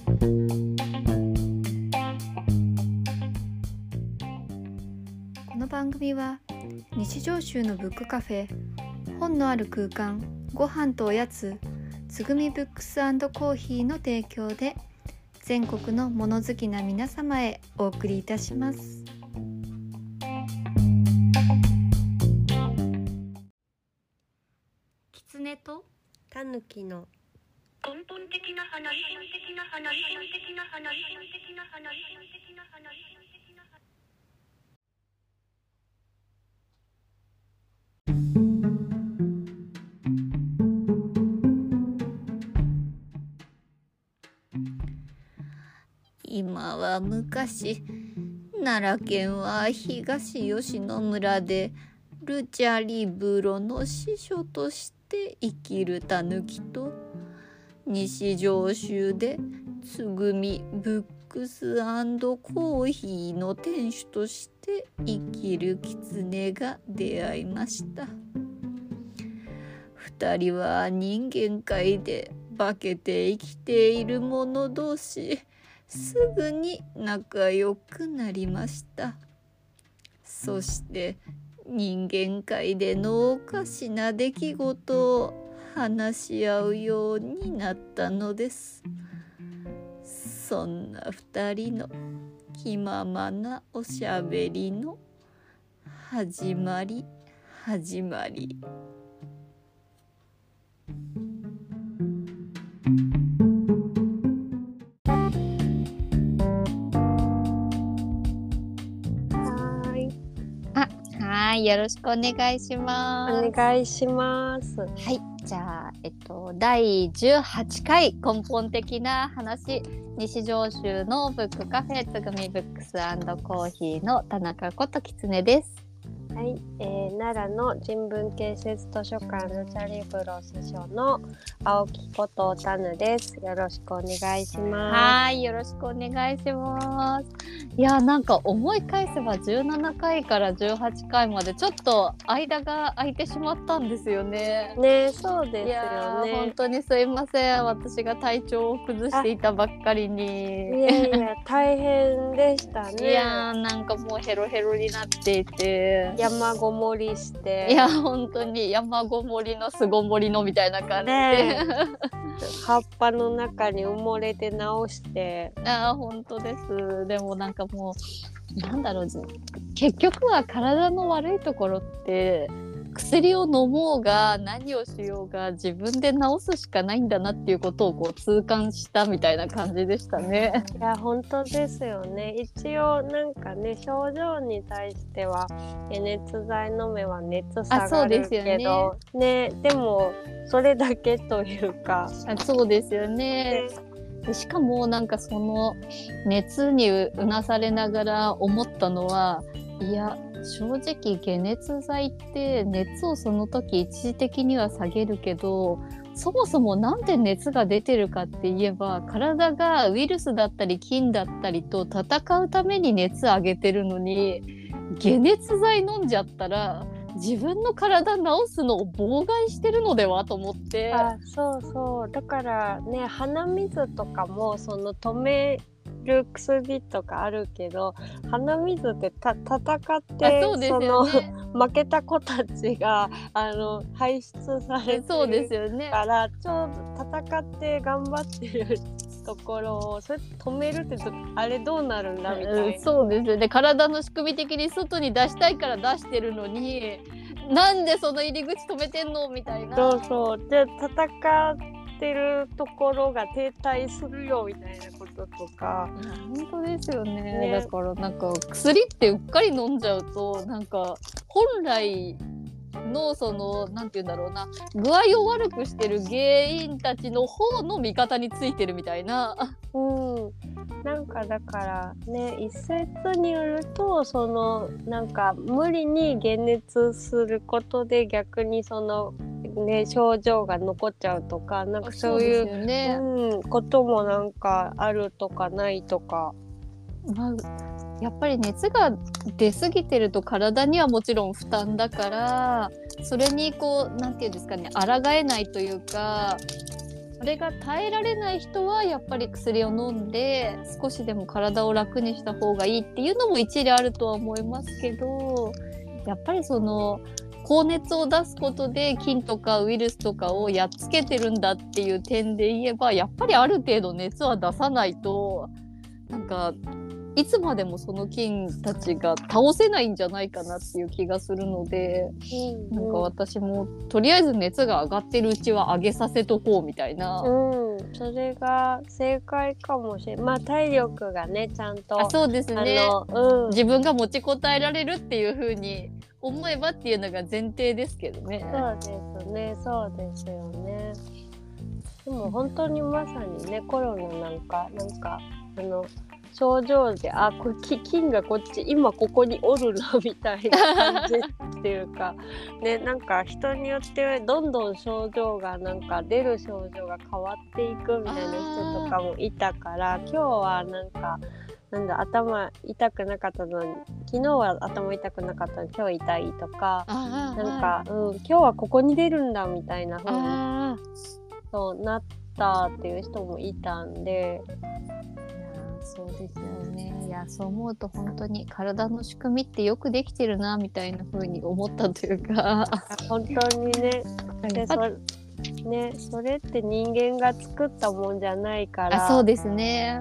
この番組は日常州のブックカフェ、本のある空間、ご飯とおやつ、つぐみブックス&コーヒーの提供で全国の物好きな皆様へお送りいたします。キツネとタヌキの根本的な話。 今は昔、奈良県は東吉野村でルチャリブロの司書として生きるタヌキと、西上州でつぐみブックス&コーヒーの店主として生きるキツネが出会いました。二人は人間界で化けて生きている者同士、すぐに仲良くなりました。そして人間界でのおかしな出来事を話し合うようになったのです。そんな二人の気ままなおしゃべりの始まり。はい、よろしくお願いします。 お願いします。 はい、じゃあ、第18回根本的な話、西上州のブックカフェつぐみブックス&コーヒーの田中こときつねです。 はい、奈良の人文建設図書館ルチャリブロ司書の青木ことタヌです。よろしくお願いします。 はい、よろしくお願いします。いや、なんか思い返せば17回から18回までちょっと間が空いてしまったんですよね。 ね、そうですよね。 いや、本当にすいません。私が体調を崩していたばっかりに。 いや大変でしたね。 いや、なんかもうヘロヘロになっていて、 山ごもりして、 いや本当に山ごもりの巣ごもりのみたいな感じで、 葉っぱの中に埋もれて直して。 本当です。でもなんかもうなんだろう、結局は体の悪いところって薬を飲もうが何をしようが自分で治すしかないんだなっていうことをこう痛感したみたいな感じでしたね。 いや本当ですよね。一応なんかね、症状に対しては解熱剤飲めば熱下がるけどね、でもそれだけというか。 そうですよね。でしかもなんかその熱にうなされながら思ったのは、いや正直解熱剤って熱をその時一時的には下げるけど、そもそもなんで熱が出てるかって言えば、体がウイルスだったり菌だったりと戦うために熱上げてるのに、解熱剤飲んじゃったら自分の体治すのを妨害してるのではと思って。 そうだからね、鼻水とかもその止める薬とかあるけど、鼻水って戦ってそうですよね、 その負けた子たちが排出されてるから、ちょうど戦って頑張ってるところをそれ止めるってあれどうなるんだみたいな。 そうですよね。体の仕組み的に外に出したいから出してるのに、なんでその入り口止めてんのみたいな。 そうで戦ってるところが停滞するよみたいなこととか。 本当ですよね。だからなんか薬ってうっかり飲んじゃうと、なんか本来のそのなんていうんだろうな、具合を悪くしてる原因たちの方の味方についてるみたいな。 なんかだからね、一説によると、そのなんか無理に解熱することで逆にそのね症状が残っちゃうとか、なんかそういう、ね、こともなんかあるとかないとか。 やっぱり熱が出過ぎてると体にはもちろん負担だから、それにこうなんていうんですかね、抗えないというか、 それが耐えられない人はやっぱり薬を飲んで少しでも体を楽にした方がいいっていうのも一理あるとは思いますけど、やっぱりその高熱を出すことで菌とかウイルスとかをやっつけてるんだっていう点で言えば、やっぱりある程度熱は出さないとなんかいつまでもその菌たちが倒せないんじゃないかなっていう気がするので、なんか私もとりあえず熱が上がってるうちは上げさせとこうみたいな、 それが正解かもしれない。まあ体力がねちゃんとそうですね、自分が持ちこたえられるっていう風に思えばっていうのが前提ですけどね。 そうですね、そうですよね。でも本当にまさにね、コロナなんか症状でこれ菌がこっち今ここにおるなみたいな感じっていうかね、なんか人によってどんどん症状がなんか出る症状が変わっていくみたいな人とかもいたから、今日は頭痛くなかったのに昨日は頭痛くなかったのに今日痛いとか、今日はここに出るんだみたいな風にそうなったっていう人もいたんで。 そうですよね。いや、そう思うと本当に体の仕組みってよくできてるなみたいな風に思ったというか本当にね。でそれって人間が作ったもんじゃないから。 そうですね。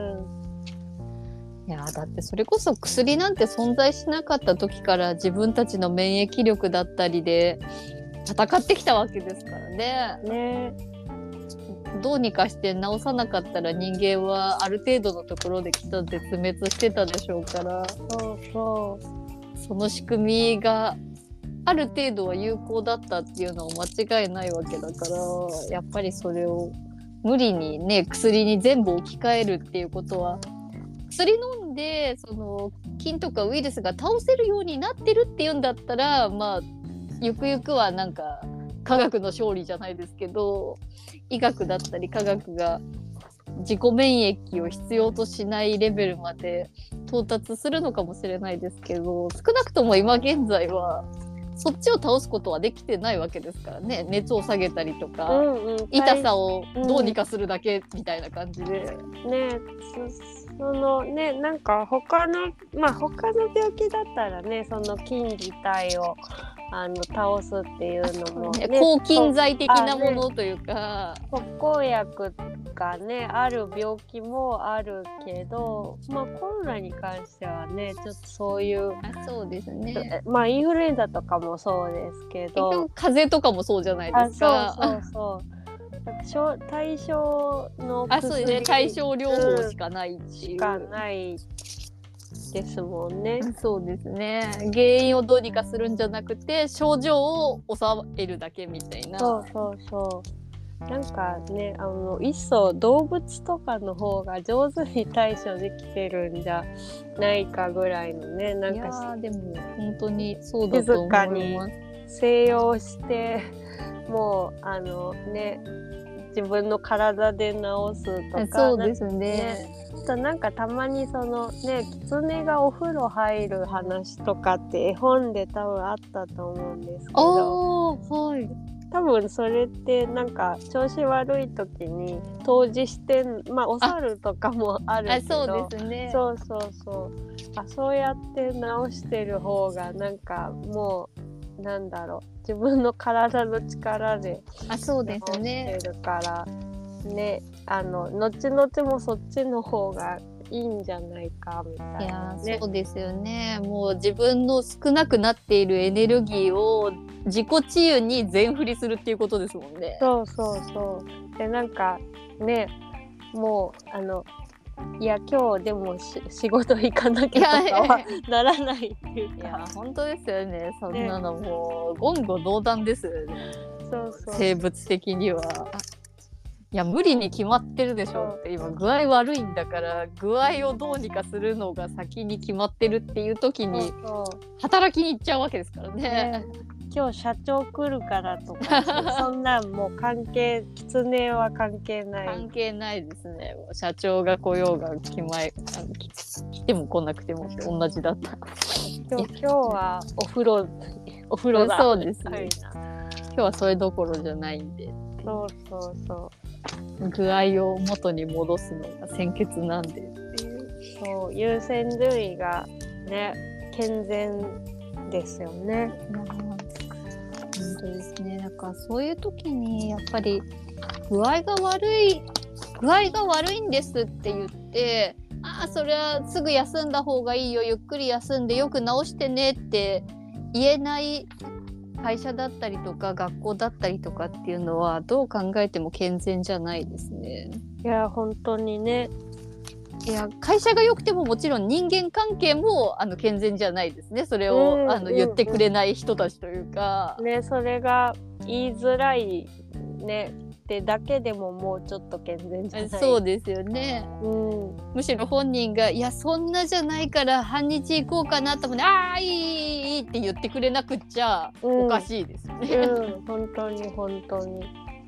いやだってそれこそ薬なんて存在しなかった時から自分たちの免疫力だったりで戦ってきたわけですからね。どうにかして治さなかったら人間はある程度のところできた絶滅してたでしょうから、その仕組みがある程度は有効だったっていうのは間違いないわけだから、やっぱりそれを無理にね薬に全部置き換えるっていうことは、薬飲んでその菌とかウイルスが倒せるようになってるっていうんだったら、まあゆくゆくはなんか科学の勝利じゃないですけど、医学だったり科学が自己免疫を必要としないレベルまで到達するのかもしれないですけど、少なくとも今現在はそっちを倒すことはできてないわけですからね。熱を下げたりとか、痛さをどうにかするだけみたいな感じで、 そのね、なんか他の病気だったらね、その菌自体を倒すっていうのも、 抗菌剤的なものというか、 特効薬がねある病気もあるけど、コロナに関してはねちょっとそういうそうですね。 インフルエンザとかもそうですけど、 風邪とかもそうじゃないですか。 対症の薬そうですね、対症療法しかないっていう、 ですもんね。 そうですね。原因をどうにかするんじゃなくて症状を抑えるだけみたいな。 なんかね、いっそ動物とかの方が上手に対処できてるんじゃないかぐらいのね、なんかいやでも本当にそうだと思います。 静かに静養してもう自分の体で治すとか。 そうですね。 なんかたまにそのね、狐がお風呂入る話とかって絵本で多分あったと思うんですけど、多分それってなんか調子悪い時に湯治してお猿とかもあるけど、 そうですね。 そうやって治してる方がなんかもうなんだろう、自分の体の力で治してるからね、後々もそっちの方がいいんじゃないかみたいな、ね。 いやそうですよね。もう自分の少なくなっているエネルギーを自己治癒に全振りするっていうことですもんね。 でなんかね、もういや今日でも仕事行かなきゃとかはならないっていうか。 いや本当ですよね。そんなのもう言語道断ですよね。生物的には。いや無理に決まってるでしょって、今具合悪いんだから具合をどうにかするのが先に決まってるっていう時に働きに行っちゃうわけですからね。 今日社長来るからとかそんなんもう狐は関係ないですね。もう社長が来ようが来ても来なくても同じだった。 今日はお風呂だ。 そうですね。今日はそれどころじゃないんで。 具合を元に戻すのが先決なんでっていう。 そう、優先順位がね健全ですよね。 本当ですね。だからそういう時にやっぱり具合が悪いんですって言って、それはすぐ休んだ方がいいよ、ゆっくり休んでよく治してねって言えない会社だったりとか学校だったりとかっていうのはどう考えても健全じゃないですね。 いや本当にね。 いや会社が良くてももちろん人間関係も健全じゃないですね。それを、言ってくれない人たちというか、 ね、それが言いづらいねってだけでももうちょっと健全じゃない。 そうですよね、むしろ本人がいやそんなじゃないから半日行こうかなと思っていいって言ってくれなくっちゃおかしいですよね、 本当に本当に。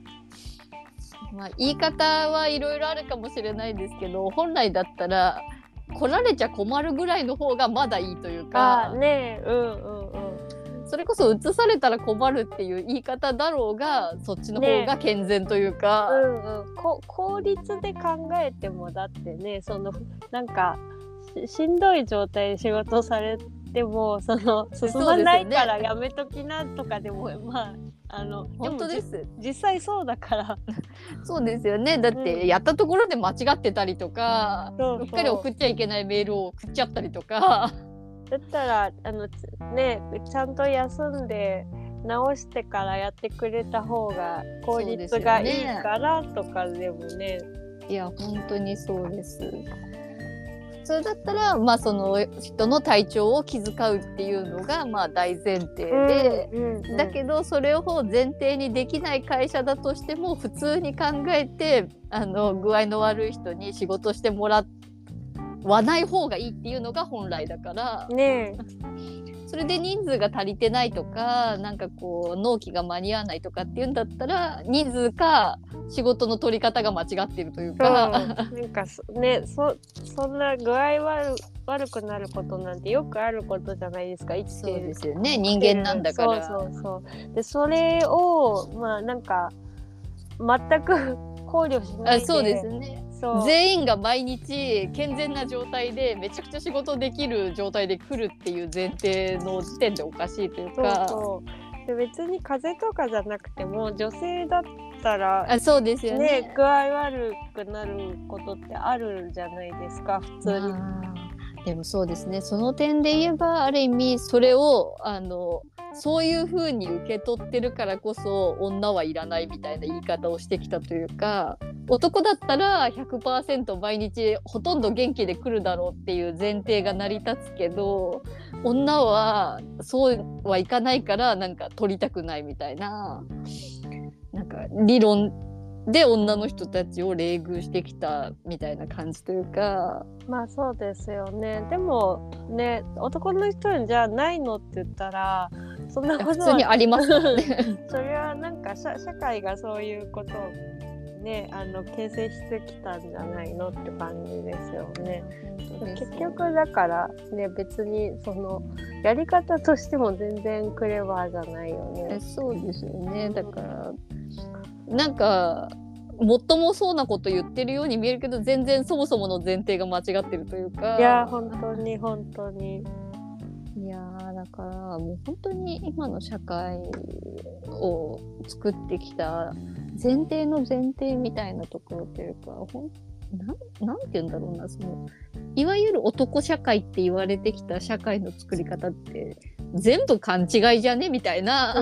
言い方はいろいろあるかもしれないですけど、本来だったら来られちゃ困るぐらいの方がまだいいというか、それこそ移されたら困るっていう言い方だろうがそっちの方が健全というか、 効率で考えてもだってね、そのなんかしんどい状態で仕事されてもその進まないからやめときなとかでも本当です。 実際そうだからそうですよね。だってやったところで間違ってたりとか、うっかり送っちゃいけないメールを送っちゃったりとかだったらちゃんと休んで直してからやってくれた方が効率がいいからとかでもね。 いや本当にそうです。普通だったら、その人の体調を気遣うっていうのが大前提で、だけどそれを前提にできない会社だとしても普通に考えて具合の悪い人に仕事してもらわない方がいいっていうのが本来だからね。 それで人数が足りてないとかなんかこう納期が間に合わないとかっていうんだったら人数か仕事の取り方が間違ってるというか、 なんかね、そんな具合悪くなることなんてよくあることじゃないですか。生きてる。 そうですよね、人間なんだから。 そうでそれをなんか全く考慮しないで。 そうですね。全員が毎日健全な状態でめちゃくちゃ仕事できる状態で来るっていう前提の時点でおかしいというか。 で別に風邪とかじゃなくても女性だったらそうですよね、 具合悪くなることってあるじゃないですか普通に。 でもそうですね、その点で言えばある意味それをそういう風に受け取ってるからこそ女はいらないみたいな言い方をしてきたというか、男だったら 100% 毎日ほとんど元気で来るだろうっていう前提が成り立つけど、女はそうはいかないからなんか取りたくないみたいな、なんか理論で女の人たちを冷遇してきたみたいな感じというか。 そうですよね。でもね、男の人じゃないのって言ったらそんなことは普通にありますからねそれはなんか社会がそういうことをね形成してきたんじゃないのって感じですよね。結局だからね、別にそのやり方としても全然クレバーじゃないよね。 そうですよね。だからなんかもっともそうなこと言ってるように見えるけど全然そもそもの前提が間違ってるというか。 いや本当に本当に。 いやだからもう本当に今の社会を作ってきた前提の前提みたいなところというか、なんて言うんだろうな、そのいわゆる男社会って言われてきた社会の作り方って全部勘違いじゃねみたいな。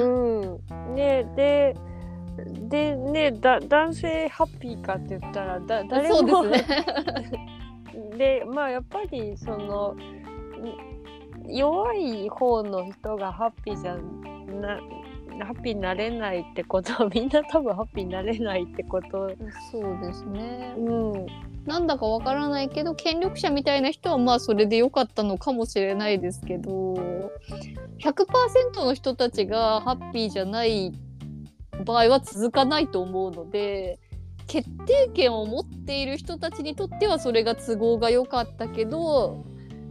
でね、男性ハッピーかって言ったら誰もそうですねでやっぱりその弱い方の人がハッピーになれないってことはみんな多分ハッピーになれないってこと。 そうですね、なんだかわからないけど権力者みたいな人はそれで良かったのかもしれないですけど 100% の人たちがハッピーじゃない場合は続かないと思うので、決定権を持っている人たちにとってはそれが都合が良かったけど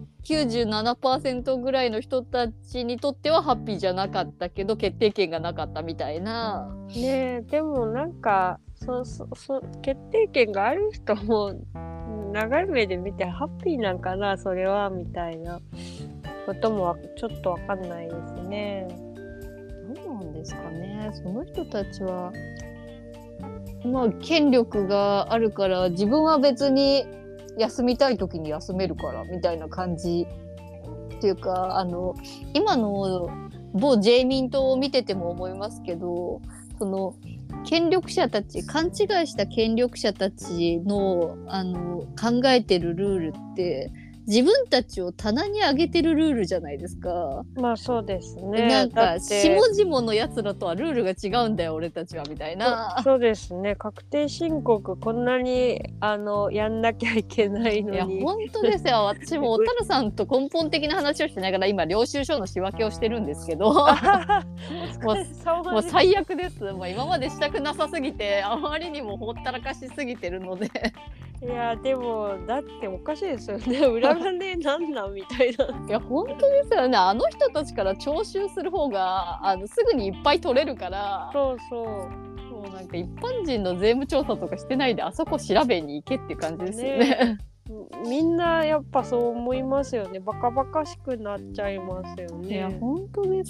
97% ぐらいの人たちにとってはハッピーじゃなかったけど決定権がなかったみたいな。 でもなんか決定権がある人も長い目で見てハッピーなんかなそれはみたいなこともちょっとわかんないですね。 どうなんですかね。その人たちはまあ権力があるから自分は別に休みたい時に休めるからみたいな感じっていうか、今の某自民党を見てても思いますけど、その権力者たち、勘違いした権力者たちの考えてるルールって自分たちを棚に上げてるルールじゃないですか。 まあそうですね。 なんかだって下々のやつらとはルールが違うんだよ俺たちはみたいな。 そうですね。確定申告こんなにやんなきゃいけないのに。 いや本当ですよ。私もおたるさんと根本的な話をしながら今領収書の仕分けをしてるんですけどもう最悪です。もう今までしたくなさすぎてあまりにもほったらかしすぎてるのでいやでもだっておかしいですよね。裏金なんなんみたいな。 いや本当ですよね。あの人たちから徴収する方がすぐにいっぱい取れるから。 そうそう。 もうなんか一般人の税務調査とかしてないであそこ調べに行けって感じですよね。 みんなやっぱそう思いますよね。バカバカしくなっちゃいますよね。 いや本当です。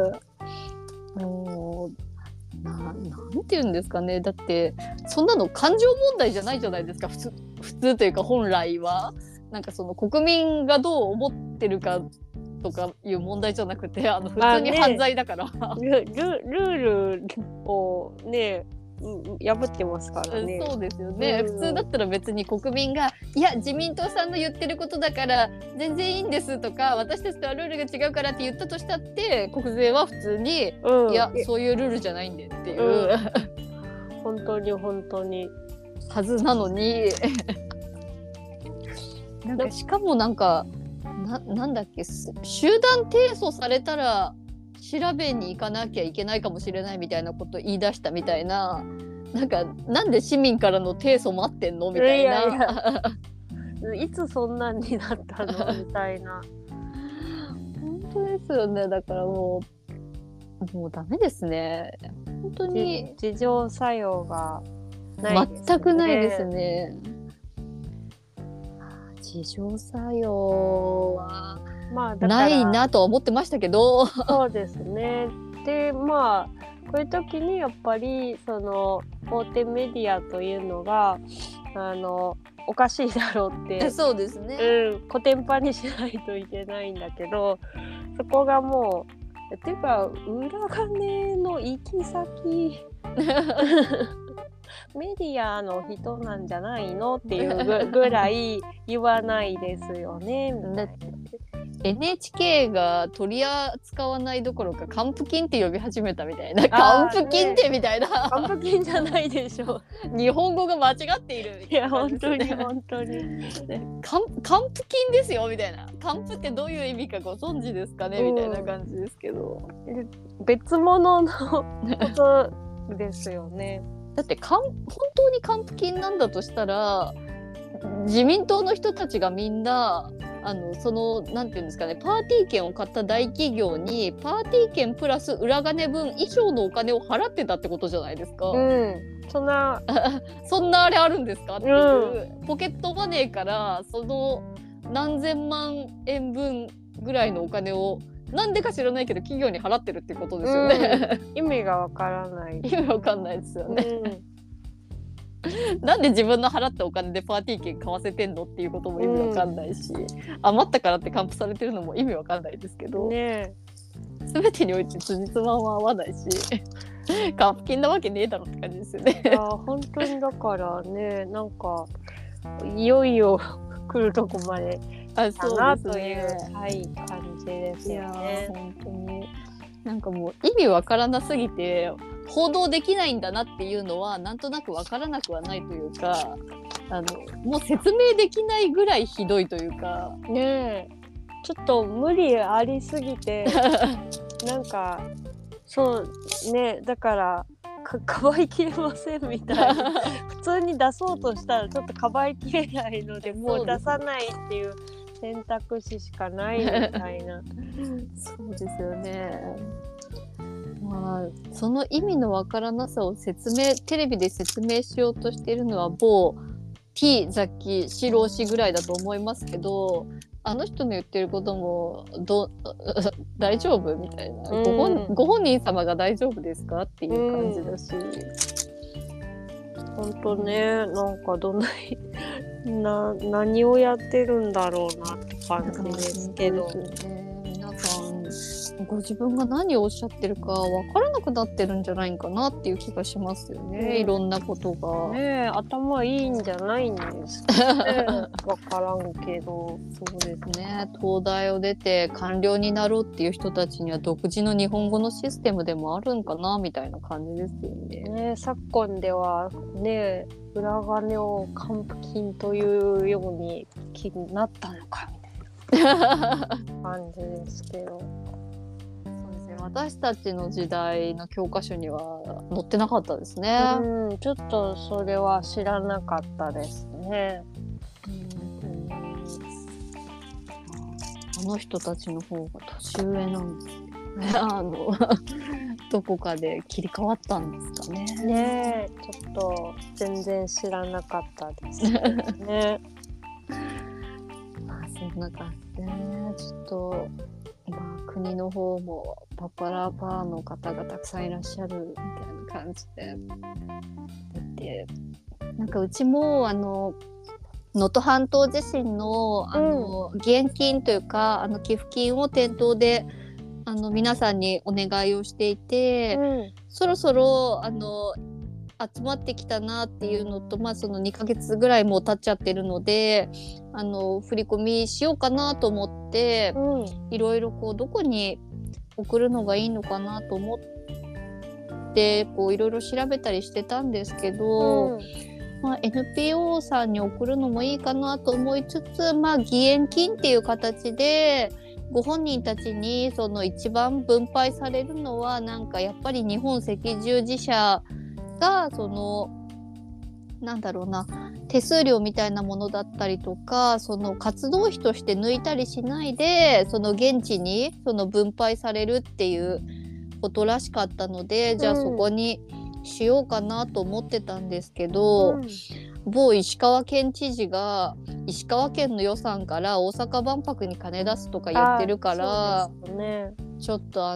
もうなんて言うんですかね。だってそんなの感情問題じゃないじゃないですか。普通というか本来はなんかその国民がどう思ってるかとかいう問題じゃなくて普通に犯罪だから、 ルールをね破ってますからね。 そうですよね、普通だったら別に国民がいや自民党さんの言ってることだから全然いいんですとか私たちとはルールが違うからって言ったとしたって国税は普通に、いやそういうルールじゃないんでっていう、 本当に本当にはずなのになんかしかもなんかなんだっけ集団提訴されたら調べに行かなきゃいけないかもしれないみたいなこと言い出したみたいな、なんで市民からの提訴待ってんのみたいな。 いつそんなんになったのみたいな。 本当ですよね。だからもうダメですね。本当に自浄作用がないですね。 全くないですね。自浄作用はまあないなとは思ってましたけど。 そうですね。でまあこういう時にやっぱりその大手メディアというのがおかしいだろうってそうですね、 コテンパンにしないといけないんだけど、そこがもうっていうか裏金の行き先メディアの人なんじゃないのっていうぐらい言わないですよね。 だって NHK が取り扱わないどころか還付金って呼び始めたみたいな。還付金ってみたいな。 還付金じゃないでしょ。 日本語が間違っているみたいな感じですね。 いや本当に還付金ですよみたいな。還付ってどういう意味かご存知ですかねみたいな感じですけど。 別物のことですよね。 だって本当に還付金なんだとしたら自民党の人たちがみんなそのなんていうんですかね、パーティー券を買った大企業にパーティー券プラス裏金分以上のお金を払ってたってことじゃないですか。 そんなあれあるんですかっていう、ポケットマネーからその何千万円分ぐらいのお金をなんでか知らないけど企業に払ってるってことですよね、 意味がわからない。 意味わかんないですよね、なんで自分の払ったお金でパーティー券買わせてんのっていうことも意味わかんないし、余ったからって還付されてるのも意味わかんないですけど、全てにおいて辻褄は合わないし還付金なわけねえだろって感じですよね。 本当にだからね、なんかいよいよ来るとこまでかなという、感じですよね。 本当になんかもう意味わからなすぎて報道できないんだなっていうのはなんとなくわからなくはないというか、もう説明できないぐらいひどいというかね、ちょっと無理ありすぎてなんかそうね、だからかばいきれませんみたいな普通に出そうとしたらちょっとかばいきれないのでもう出さないっていう選択肢しかないみたいなそうですよね。 その意味のわからなさをテレビで説明しようとしているのは某 T ザッキシロー氏ぐらいだと思いますけど、あの人の言ってることも大丈夫みたいな、ご本人様が大丈夫ですかっていう感じだし、 ほんとね、なんか何をやってるんだろうなって感じですけど、 皆さんご自分が何をおっしゃってるか分からなくなってるんじゃないかなっていう気がしますよね、いろんなことが。 ねえ、頭いいんじゃないんですかね。分からんけど。 そうですね、東大を出て官僚になろうっていう人たちには独自の日本語のシステムでもあるんかなみたいな感じですよね。 ねえ、昨今ではね、裏金を還付金というように気になったのかみたいな感じですけど。 私たちの時代の教科書には載ってなかったですね。 ちょっとそれは知らなかったですね。 あの人たちの方が年上なんですね。どこかで切り替わったんですかね。 ねえ、ちょっと全然知らなかったですね。 そんな感じでね、ちょっと国の方もパパラパーの方がたくさんいらっしゃるみたいな感じで、なんかうちも能登半島地震の義援金というか寄付金を店頭で皆さんにお願いをしていて、そろそろ集まってきたなっていうのと、その2ヶ月ぐらいもう経っちゃってるので振り込みしようかなと思って、いろいろどこに送るのがいいのかなと思っていろいろ調べたりしてたんですけど、NPO さんに送るのもいいかなと思いつつ、義援金っていう形でご本人たちにその一番分配されるのはなんかやっぱり日本赤十字社がなんだろうな、手数料みたいなものだったりとか、その活動費として抜いたりしないでその現地にその分配されるっていうことらしかったので、じゃあそこにしようかなと思ってたんですけど、某石川県知事が石川県の予算から大阪万博に金出すとか言ってるから、ちょっと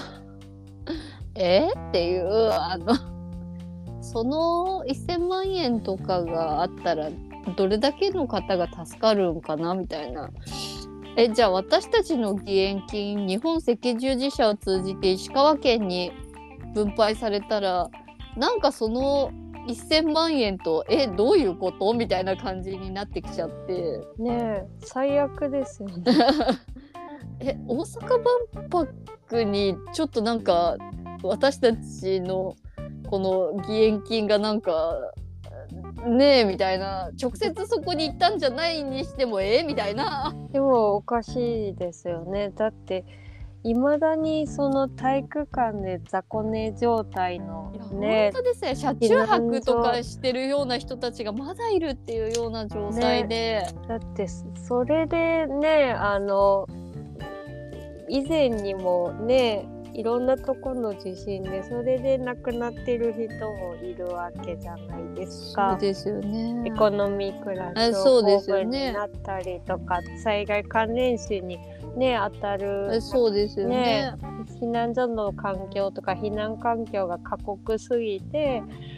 っていうその1000万円とかがあったらどれだけの方が助かるんかなみたいな。じゃあ私たちの義援金日本赤十字社を通じて石川県に分配されたらなんかその1000万円とどういうことみたいな感じになってきちゃってねえ、最悪ですよね。 大阪万博にちょっとなんか私たちのこの義援金がなんかねえみたいな、直接そこに行ったんじゃないにしてもみたいな。 でもおかしいですよね。だっていまだにその体育館で雑魚寝状態のね、 本当ですね、車中泊とかしてるような人たちがまだいるっていうような状態で、 だってそれでね、以前にもねいろんなとこの地震でそれで亡くなってる人もいるわけじゃないですか。 そうですよね。 エコノミークラス症候群になったりとか、災害関連死に当たる。 そうですよね。 避難所の環境とか避難環境が過酷すぎて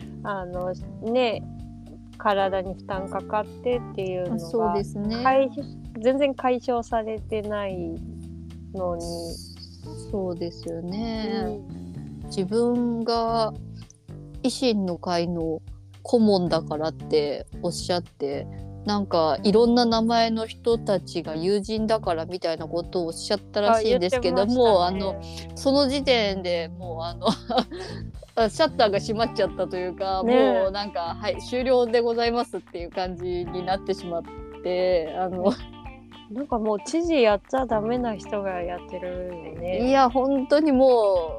体に負担かかってっていうのがそうですね、 全然解消されてないのに。 そうですよね、自分が維新の会の顧問だからっておっしゃってなんかいろんな名前の人たちが友人だからみたいなことをおっしゃったらしいんですけども、その時点でもうシャッターが閉まっちゃったというか、もうなんかはい終了でございますっていう感じになってしまってなんかもう知事やっちゃダメな人がやってるよね。 いや本当にも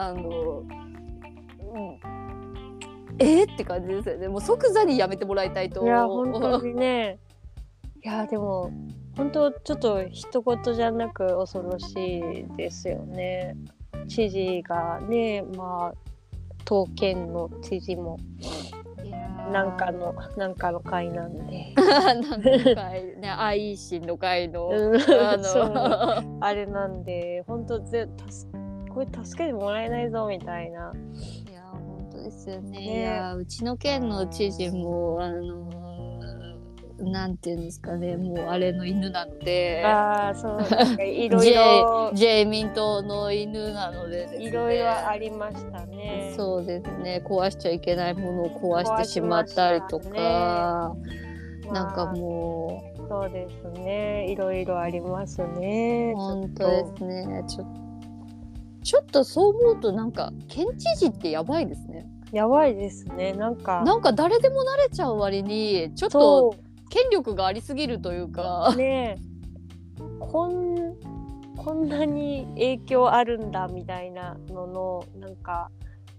うって感じですよね。もう即座にやめてもらいたいと。 いや本当にね。いやでも本当ちょっと一言じゃなく恐ろしいですよね。 知事がね、まあ東県の知事もいやーなんかの会なんでなんか会ね、愛心の会の、 そうあれなんで本当これ助けてもらえないぞみたいな。 いや本当ですよね。 ねいやうちの県の知事もなんていうんですかね、もうあれの犬なので、 ああそうなんかいろいろ自民党の犬なのでですね、 いろいろありましたね。 そうですね、壊しちゃいけないものを壊してしまったりとか、 まあなんかもそうですね、いろいろありますね。 う本当ですね、ちょっとそう思うとなんか県知事ってやばいですね。 やばいですね。なんか誰でもなれちゃう割にちょっそと権力がありすぎるというか、 ねこんなに影響あるんだみたいなののなんか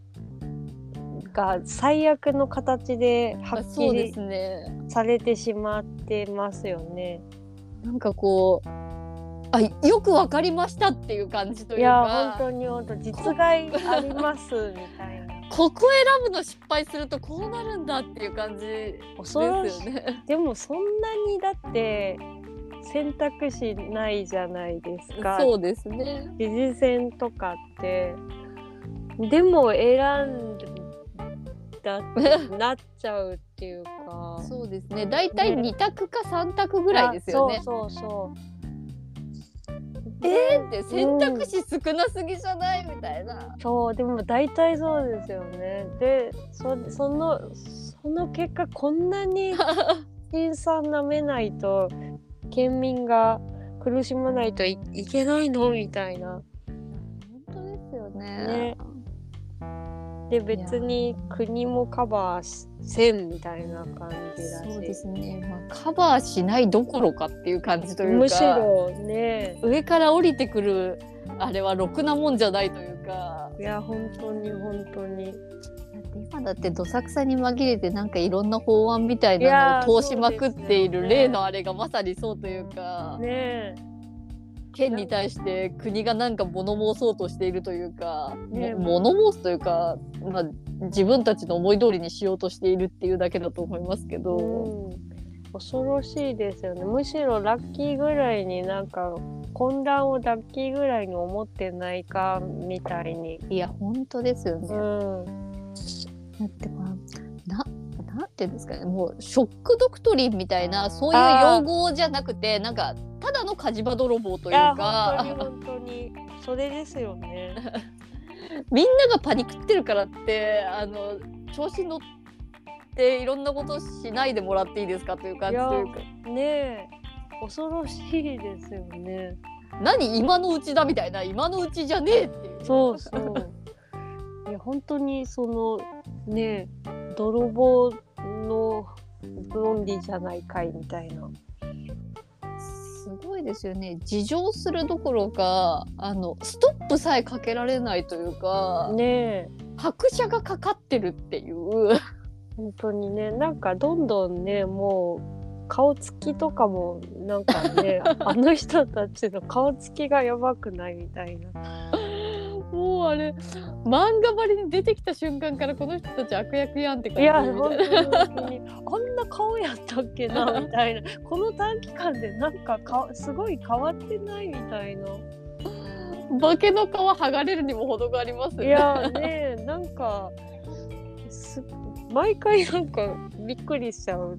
が最悪の形ではっきそうでりすね。 されてしまってますよね。 なんかこうよくわかりましたっていう感じといういやか、 本当に実害ありますみたいな。 ここ選ぶの失敗するとこうなるんだっていう感じです恐ろよしい。 ね。 でもそんなにだって選択肢ないじゃないですか。 そうですね。 知事選とかってでも選んだってなっちゃうっていうかそうですね。だいたい2択か3択ぐらいですよね。 そうって選択肢少なすぎじゃないみたいな。 そうでも大体そうですよね。でその結果こんなに審査なめないと県民が苦しまないと いけないのみたいな。 本当ですよね。 ねで別に国もカバーせんみたいな感じだし。 そうですね。カバーしないどころかっていう感じというか。 むしろね。 上から降りてくるあれはろくなもんじゃないというか。 いや本当に。 今だってどさくさに紛れてなんかいろんな法案みたいなのを通しまくっている例のあれがまさにそうというか、 ね県に対して国がなんか物申そうとしているというか、 ね物申すというか、自分たちの思い通りにしようとしているっていうだけだと思いますけど、 恐ろしいですよね。むしろラッキーぐらいになんか混乱をラッキーぐらいに思ってないかみたいに。 いや本当ですよね。だってなんていうんですかね、もうショックドクトリンみたいなそういう用語じゃなくて、なんかただの火事場泥棒というか、 いや本当にそれですよね。 みんながパニクってるからって調子に乗っていろんなことしないでもらっていいですかという感じというか、 ね恐ろしいですよね。 何今のうちだみたいな、今のうちじゃねえっていう。 そういや本当にそのね泥棒の論理じゃないかいみたいな。 すごいですよね。自浄するどころかストップさえかけられないというか、 ね拍車がかかってるっていう本当にね、なんかどんどんねもう顔つきとかもなんかねあの人たちの顔つきがやばくないみたいな。 もうあれ漫画張りに出てきた瞬間からこの人たち悪役やんって感じ。 いや本当にあんな顔やったっけなみたいな。この短期間でなんかすごい変わってないみたいな。 化けの皮剥がれるにも程がありますね。 いやねなんか毎回なんかびっくりしちゃう。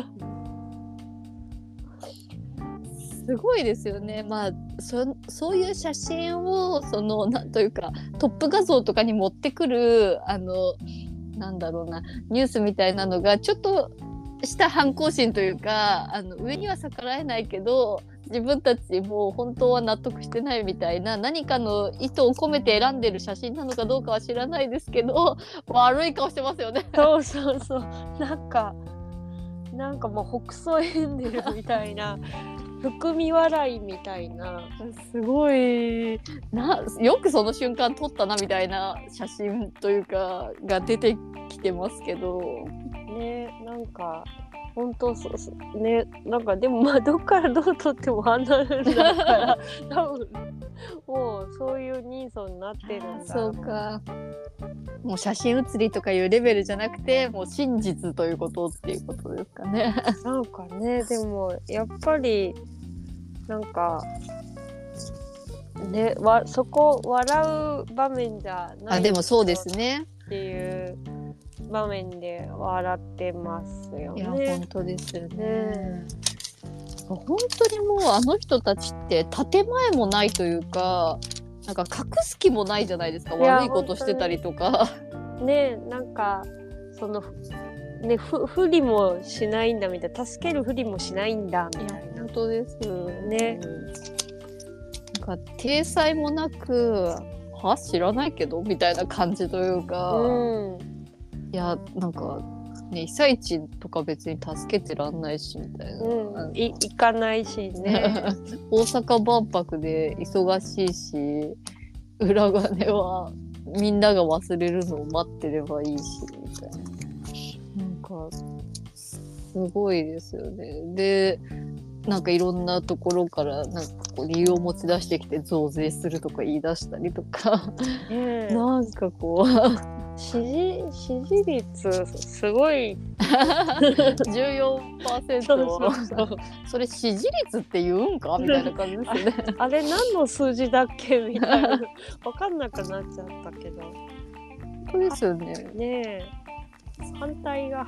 すごいですよね。そういう写真をなんというかトップ画像とかに持ってくるなんだろうなニュースみたいなのがちょっとした反抗心というか上には逆らえないけど自分たちも本当は納得してないみたいな何かの意図を込めて選んでる写真なのかどうかは知らないですけど悪い顔してますよね。 そうなんかもうほくそ笑んでるみたいな含み笑いみたいな。 すごいよくその瞬間撮ったなみたいな写真というかが出てきてますけどねなんか本当そうね、なんかでもまあどっからどうとっても離れるんだから多分もうそういう人相になってるんだそうか。もう写真写りとかいうレベルじゃなくて、もう真実ということっていうことですかね。 なんかね、でもやっぱりなんかね、そこ笑う場面じゃないでもそうですね。 っていう場面で笑ってますよね。 いや本当ですよね。本当にもうあの人たちって建前もないというか、なんか隠す気もないじゃないですか。悪いことしてたりとか。 ね、なんかそのね、不利もしないんだみたいな、助けるふりもしないんだみたいな。 本当ですね。 なんか体裁もなく、知らないけどみたいな感じというか、いやなんかね、被災地とか別に助けてらんないしみたいな、 行かないしね。 大阪万博で忙しいし、裏金はみんなが忘れるのを待ってればいいしみたいな、なんかすごいですよね。でなんかいろんなところからなんかこう理由を持ち出してきて増税するとか言い出したりとか、なんかこう支持率すごい 14%。それ支持率って言うんかみたいな感じですよね。 あれ何の数字だっけみたいな分かんなくなっちゃったけど。 本当ですよね。 ねえ、反対が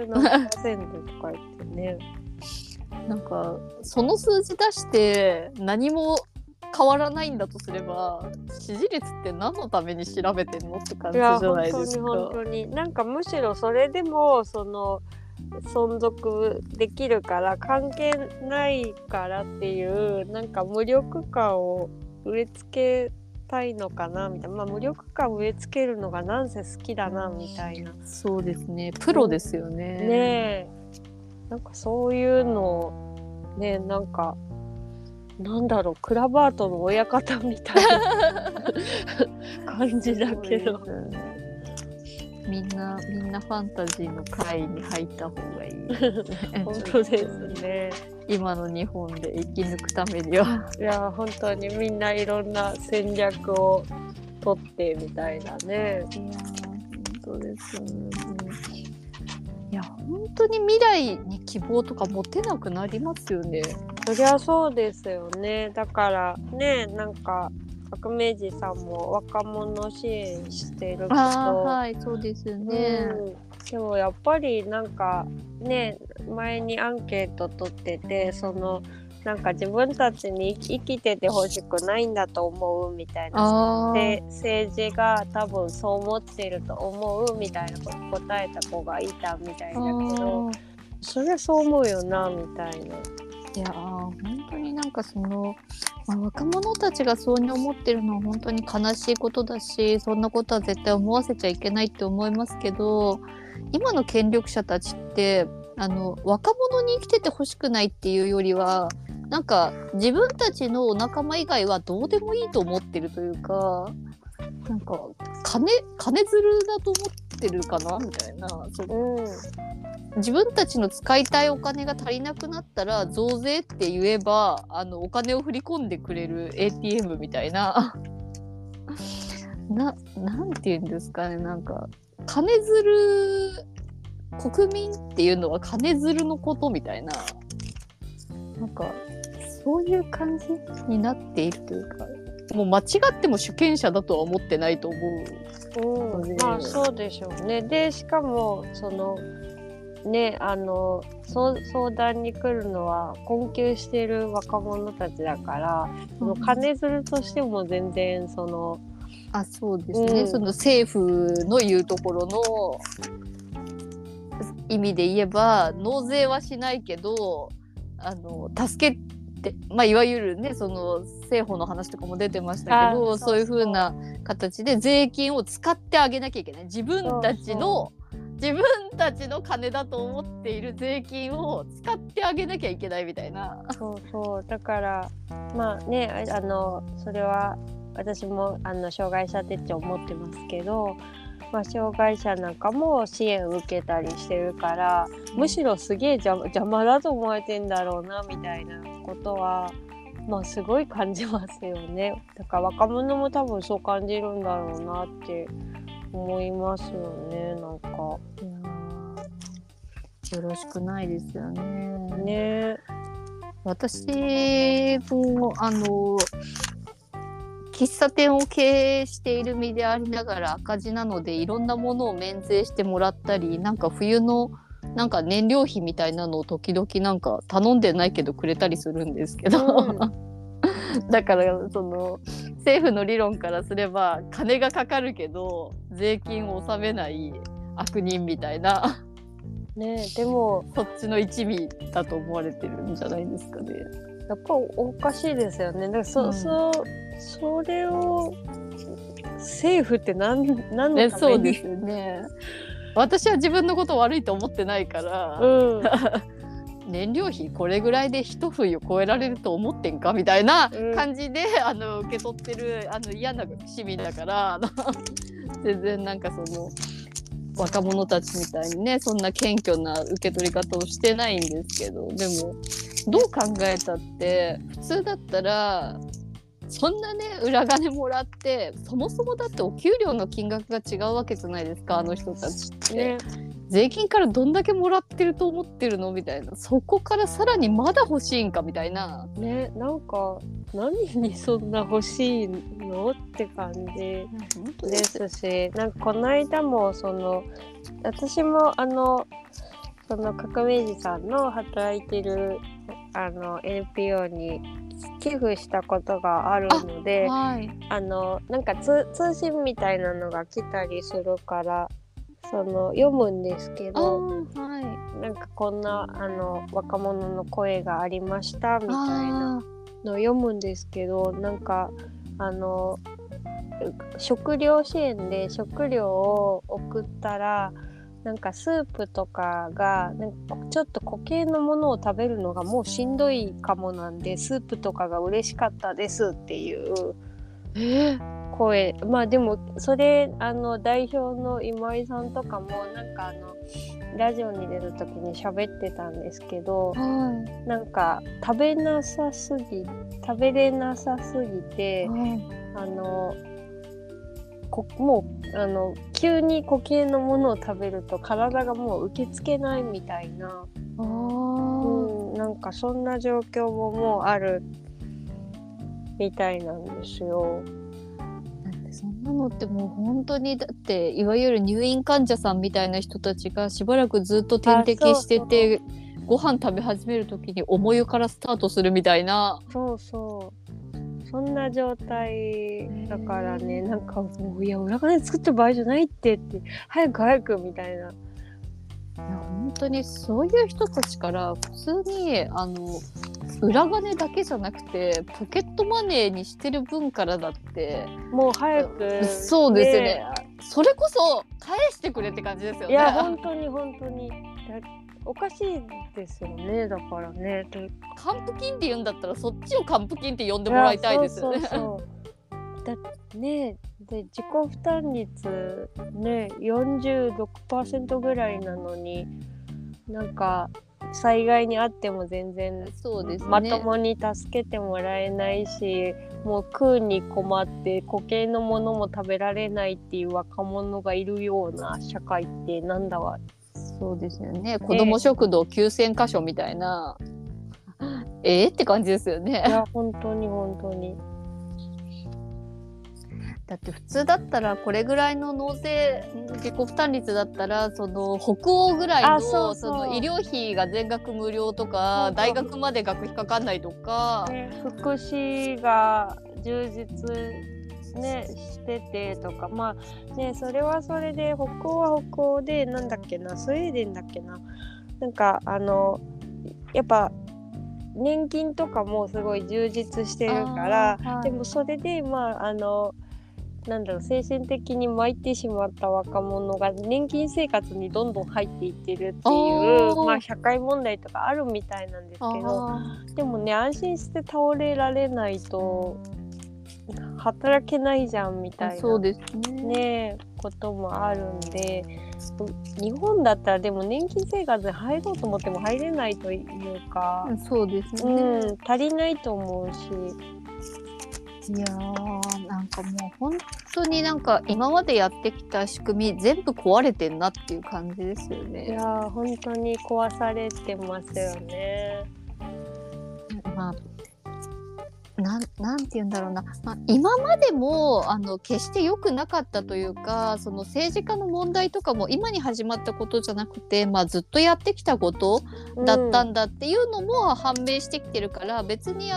87% とか言ってね。 なんかその数字出して何も変わらないんだとすれば、支持率って何のために調べてんのって感じじゃないですか。 本当になんかむしろそれでもその存続できるから関係ないからっていうなんか無力感を植え付けたいのかなみたいな、無力感を植え付けるのがなんせ好きだなみたいな。 そうですね、プロですよね。 ねえ、なんかそういうのね、なんかなんだろう、クラバートの親方みたいな感じだけど、 みんなファンタジーの会に入った方がいい。 本当ですね。 今の日本で生き抜くためには。 いや本当にみんないろんな戦略を取ってみたいなね。 いや本当ですね。いや本当に未来に希望とか持てなくなりますよね。 そりゃそうですよね。だからね、なんか革命児さんも若者支援してるけど、 はいそうですね、 でもやっぱりなんかね、前にアンケート取ってて、そのなんか自分たちに生きててほしくないんだと思うみたいな、政治が多分そう思ってると思うみたいなこと答えた子がいたみたいだけど、そりゃそう思うよなみたいな。 いや本当になんかその、若者たちがそうに思ってるのは本当に悲しいことだし、そんなことは絶対思わせちゃいけないって思いますけど、今の権力者たちって若者に生きててほしくないっていうよりは、なんか自分たちのお仲間以外はどうでもいいと思ってるというか、なんか金づるだと思ってるかなみたいな。自分たちの使いたいお金が足りなくなったら増税って言えばお金を振り込んでくれる ATM みたいななんて言うんですかね、なんか金づる国民っていうのは金づるのことみたいな、なんかそういう感じになっているというか、もう間違っても主権者だとは思ってないと思う。 そうでしょうね。でしかもそのね、相談に来るのは困窮している若者たちだから、その金づるとしても全然そのそうですね、その政府の言うところの意味で言えば納税はしないけど助けて、いわゆるねその政府の話とかも出てましたけど、そういう風な形で税金を使ってあげなきゃいけない、自分たちの金だと思っている税金を使ってあげなきゃいけないみたいな。 そうだからそれは私も障害者手帳持ってますけど、 障害者なんかも支援を受けたりしてるから、むしろすげえ邪魔だと思われてんだろうなみたいなことはすごい感じますよね。だから若者も多分そう感じるんだろうなって思いますよね。なんかよろしくないですよね。 ね。 私も喫茶店を経営している身でありながら赤字なので、いろんなものを免税してもらったり、なんか冬のなんか燃料費みたいなのを時々なんか頼んでないけどくれたりするんですけど、だからその政府の理論からすれば金がかかるけど税金を納めない悪人みたいなね。でもそっちの一味だと思われてるんじゃないですかね。 やっぱおかしいですよね。だからそれを政府って何のために、 そうですよね。私は自分のこと悪いと思ってないから、燃料費これぐらいで一冬越えられると思ってんかみたいな感じで、受け取ってる嫌な市民だから全然なんかその若者たちみたいにね、そんな謙虚な受け取り方をしてないんですけど、でもどう考えたって普通だったらそんなね裏金もらって、そもそもだってお給料の金額が違うわけじゃないですか、あの人たちって、ね、税金からどんだけもらってると思ってるのみたいな、そこからさらにまだ欲しいんかみたいなね。なんか何にそんな欲しいのって感じですし、なんかこの間も私もその革命児さんの働いてるNPO に寄付したことがあるので、なんか通信みたいなのが来たりするから読むんですけど、なんかこんな若者の声がありましたみたいなのを読むんですけど、なんか食料支援で食料を送ったら、なんかスープとかがなんかちょっと固形のものを食べるのがもうしんどいかもなんで、スープとかが嬉しかったですっていう声。でもそれ代表の今井さんとかもなんかラジオに出る時に喋ってたんですけど、なんか食べれなさすぎて、もう急に固形のものを食べると体がもう受け付けないみたいな、なんかそんな状況ももうあるみたいなんですよ。 そんなのってもう本当にだっていわゆる入院患者さんみたいな人たちがしばらくずっと点滴してて、ご飯食べ始める時に重湯からスタートするみたいな、 そんな状態だからね、なんかもう裏金作ってる場合じゃないって早くみたいな。 いや本当にそういう人たちから普通に裏金だけじゃなくてポケットマネーにしてる分からだってもう早く、 そうですね、それこそ返してくれって感じですよね。 いや本当におかしいですよね。だからね、 還付金って言うんだったらそっちを還付金って呼んでもらいたいですよね。 だね、で自己負担率ね 46% ぐらいなのに、なんか災害にあっても全然そうですね、 まともに助けてもらえないし、もう食うに困って固形のものも食べられないっていう若者がいるような社会ってなんだわ。 そうですよね。子ども食堂9000箇所みたいな、って感じですよね。 いや本当にだって普通だったらこれぐらいの納税自己負担率だったらその北欧ぐらいのその医療費が全額無料とか、大学まで学費かかんないとか、 福祉が充実しててとか、それはそれで北欧は北欧でなんだっけな、スウェーデンだっけな、なんかやっぱ年金とかもすごい充実してるから、でもそれでなんだろう、精神的に参ってしまった若者が年金生活にどんどん入っていってるっていう社会問題とかあるみたいなんですけど、でもね、安心して倒れられないと働けないじゃんみたいな、 そうですね。 こともあるんで、日本だったらでも年金生活に入ろうと思っても入れないというか、 そうですね、 足りないと思うし。 いやーなんかもう本当になんか今までやってきた仕組み全部壊れてんなっていう感じですよいね。 やー本当に壊されてますよね。 まあなんて言うんだろうな、今までも決して良くなかったというか、その政治家の問題とかも今に始まったことじゃなくて、ずっとやってきたことだったんだっていうのも判明してきてるから、別に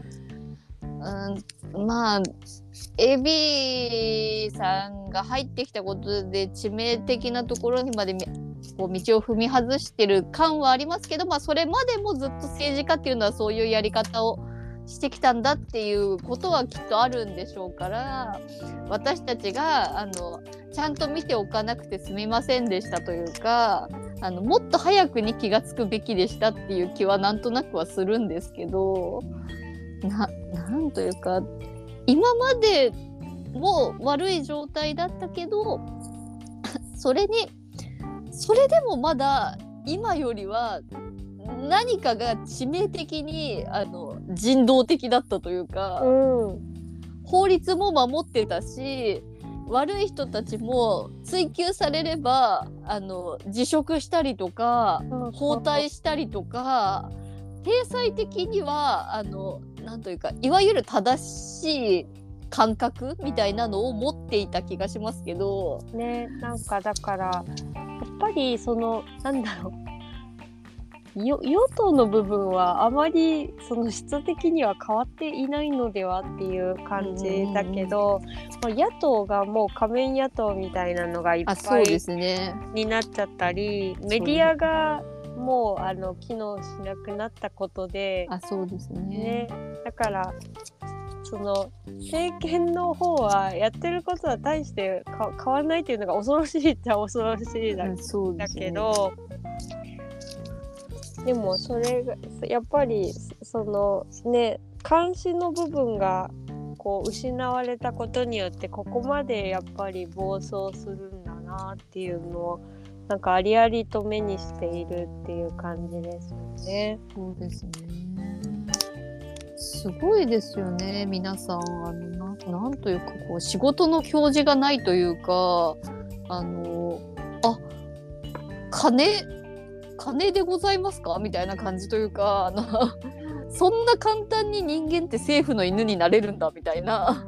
エビさんが入ってきたことで致命的なところにまでこう道を踏み外してる感はありますけど、それまでもずっと政治家っていうのはそういうやり方をしてきたんだっていうことはきっとあるんでしょうから、私たちがちゃんと見ておかなくてすみませんでしたというか、もっと早くに気がつくべきでしたっていう気はなんとなくはするんですけど、なんというか今までも悪い状態だったけどそれでもまだ今よりは何かが致命的に人道的だったというか、法律も守ってたし、悪い人たちも追及されれば辞職したりとか交代したりとか、体裁的にはなんというかいわゆる正しい感覚みたいなのを持っていた気がしますけどね。なんかだからやっぱりそのなんだろう、与党の部分はあまりその質的には変わっていないのではっていう感じだけど、野党がもう仮面野党みたいなのがいっぱいになっちゃったり、メディアがもう機能しなくなったことで、 そうですね。 だからその政権の方はやってることは大して変わらないっていうのが恐ろしいっちゃ恐ろしいだけど、でもそれがやっぱりそのね、監視の部分がこう失われたことによってここまでやっぱり暴走するんだなっていうのをなんかありありと目にしているっていう感じですよね。 そうですね。すごいですよね、皆さんなんというかこう仕事の表示がないというか、金でございますかみたいな感じというか、そんな簡単に人間って政府の犬になれるんだみたいな、